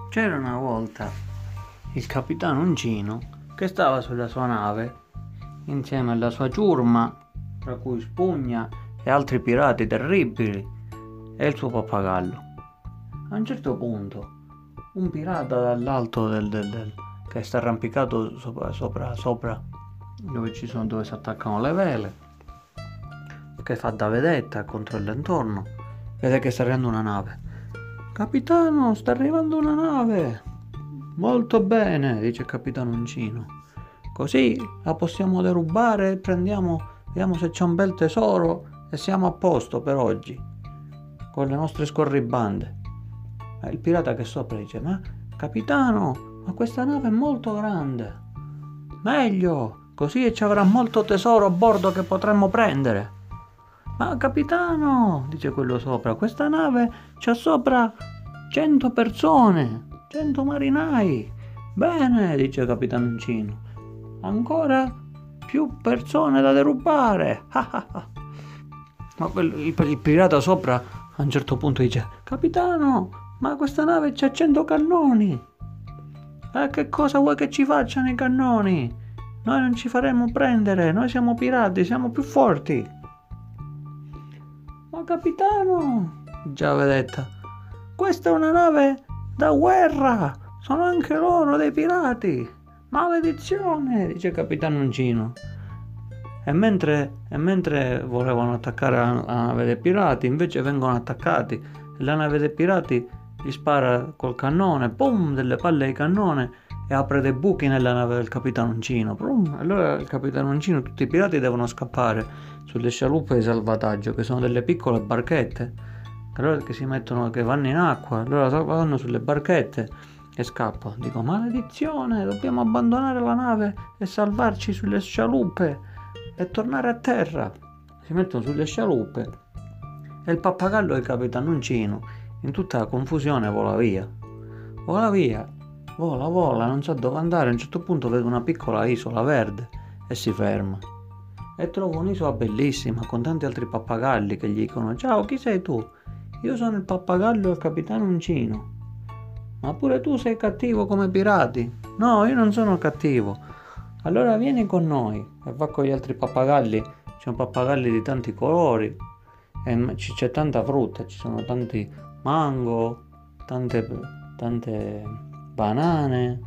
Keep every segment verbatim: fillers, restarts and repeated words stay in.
C'era una volta il capitano Uncino che stava sulla sua nave insieme alla sua ciurma, tra cui Spugna e altri pirati terribili, e il suo pappagallo. A un certo punto, un pirata dall'alto del, del, del che sta arrampicato sopra, sopra, sopra dove ci sono, dove si attaccano le vele, che fa da vedetta, controlla intorno, vede che sta arrivando una nave. Capitano, sta arrivando una nave. Molto bene, dice il capitano Uncino. Così la possiamo derubare, prendiamo, vediamo se c'è un bel tesoro e siamo a posto per oggi, con le nostre scorribande. Ma il pirata che sopra dice: ma capitano, ma questa nave è molto grande. Meglio, così ci avrà molto tesoro a bordo che potremmo prendere. Ma capitano, dice quello sopra, questa nave c'ha sopra cento persone, cento marinai. Bene, dice il capitano Uncino, ancora più persone da derubare. Ma quel, il, il pirata sopra a un certo punto dice: capitano, ma questa nave c'ha cento cannoni. E che cosa vuoi che ci facciano i cannoni? Noi non ci faremo prendere, noi siamo pirati, siamo più forti. Ma capitano, già vedetta, questa è una nave da guerra, sono anche loro dei pirati. Maledizione, dice il capitano Uncino. E mentre, e mentre volevano attaccare la, la nave dei pirati, invece vengono attaccati e la nave dei pirati gli spara col cannone, pum, delle palle di cannone, e apre dei buchi nella nave del capitano Uncino. Pum, allora il capitano Uncino, tutti i pirati devono scappare sulle scialuppe di salvataggio, che sono delle piccole barchette, allora che si mettono, che vanno in acqua, allora vanno sulle barchette e scappano. Dico: maledizione, dobbiamo abbandonare la nave e salvarci sulle scialuppe e tornare a terra. Si mettono sulle scialuppe e il pappagallo del capitano Uncino, in tutta la confusione, vola via. Vola via, vola, vola, non sa dove andare. A un certo punto vede una piccola isola verde e si ferma. E trova un'isola bellissima con tanti altri pappagalli che gli dicono: ciao, chi sei tu? Io sono il pappagallo del capitano Uncino. Ma pure tu sei cattivo come pirati? No, io non sono cattivo. Allora vieni con noi. E va con gli altri pappagalli. Ci sono pappagalli di tanti colori e c'è tanta frutta, ci sono tanti mango, tante, tante banane,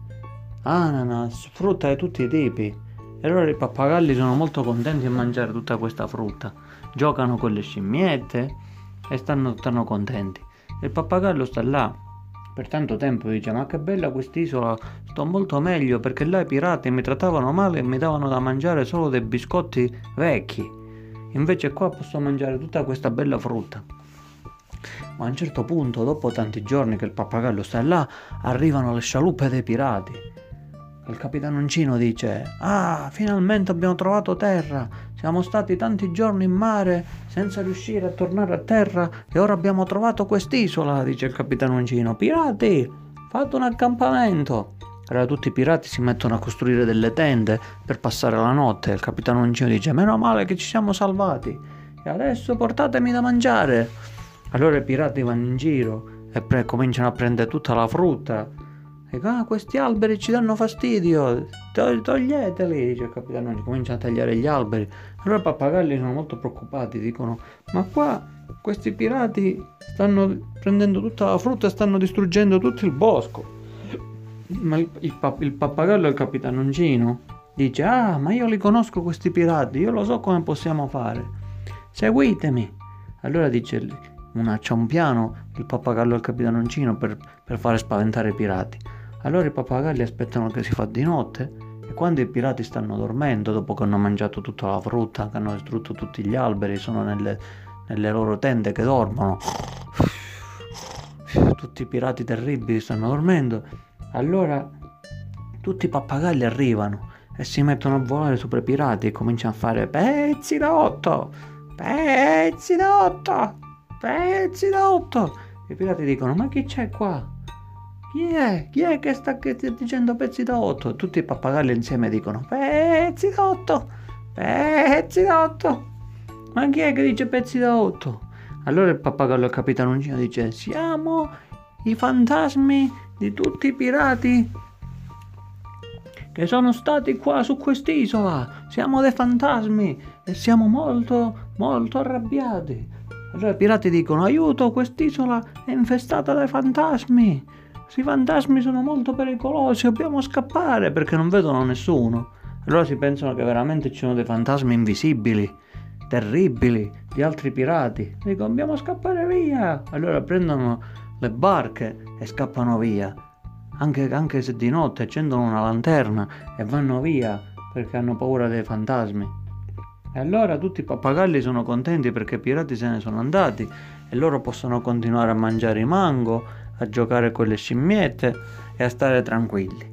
ananas, frutta di tutti i tipi. E allora i pappagalli sono molto contenti di mangiare tutta questa frutta, giocano con le scimmiette e stanno, stanno contenti. E il pappagallo sta là per tanto tempo e dice: ma che bella quest'isola, sto molto meglio, perché là i pirati mi trattavano male e mi davano da mangiare solo dei biscotti vecchi, invece qua posso mangiare tutta questa bella frutta. Ma a un certo punto, dopo tanti giorni che il pappagallo sta là, arrivano le scialuppe dei pirati. Il capitano Uncino dice: ah, finalmente abbiamo trovato terra, siamo stati tanti giorni in mare senza riuscire a tornare a terra e ora abbiamo trovato quest'isola, dice il capitano Uncino. Pirati, fate un accampamento. Allora tutti i pirati si mettono a costruire delle tende per passare la notte. Il capitano Uncino dice: meno male che ci siamo salvati, e adesso portatemi da mangiare. Allora i pirati vanno in giro e pre- cominciano a prendere tutta la frutta. E ah, questi alberi ci danno fastidio, toglieteli, dice il capitano Uncino. Cominciano a tagliare gli alberi. Allora i pappagalli sono molto preoccupati, dicono: ma qua questi pirati stanno prendendo tutta la frutta e stanno distruggendo tutto il bosco. Ma il, il, il pappagallo del capitano Uncino dice: ah, ma io li conosco questi pirati, io lo so come possiamo fare, seguitemi. Allora dice una, c'è un piano il pappagallo del capitano Uncino per, per fare spaventare i pirati. Allora i pappagalli aspettano che si fa di notte e quando i pirati stanno dormendo, dopo che hanno mangiato tutta la frutta, che hanno distrutto tutti gli alberi, sono nelle, nelle loro tende che dormono, tutti i pirati terribili stanno dormendo. Allora tutti i pappagalli arrivano e si mettono a volare sopra i pirati e cominciano a fare pezzi da otto, pezzi da otto, pezzi da otto. I pirati dicono: ma chi c'è qua? Chi è? Chi è che sta, che sta dicendo pezzi da otto? E tutti i pappagalli insieme dicono: pezzi da otto, pezzi da otto. Ma chi è che dice pezzi da otto? Allora il pappagallo del capitano Uncino dice: siamo i fantasmi di tutti i pirati che sono stati qua su quest'isola. Siamo dei fantasmi e siamo molto, molto arrabbiati. Allora i pirati dicono: aiuto, quest'isola è infestata dai fantasmi. Questi fantasmi sono molto pericolosi, dobbiamo scappare, perché non vedono nessuno. Allora si pensano che veramente ci sono dei fantasmi invisibili, terribili, di altri pirati. Dicono: dobbiamo scappare via. Allora prendono le barche e scappano via. Anche, anche se di notte accendono una lanterna e vanno via perché hanno paura dei fantasmi. E allora tutti i pappagalli sono contenti perché i pirati se ne sono andati e loro possono continuare a mangiare i mango, a giocare con le scimmiette e a stare tranquilli.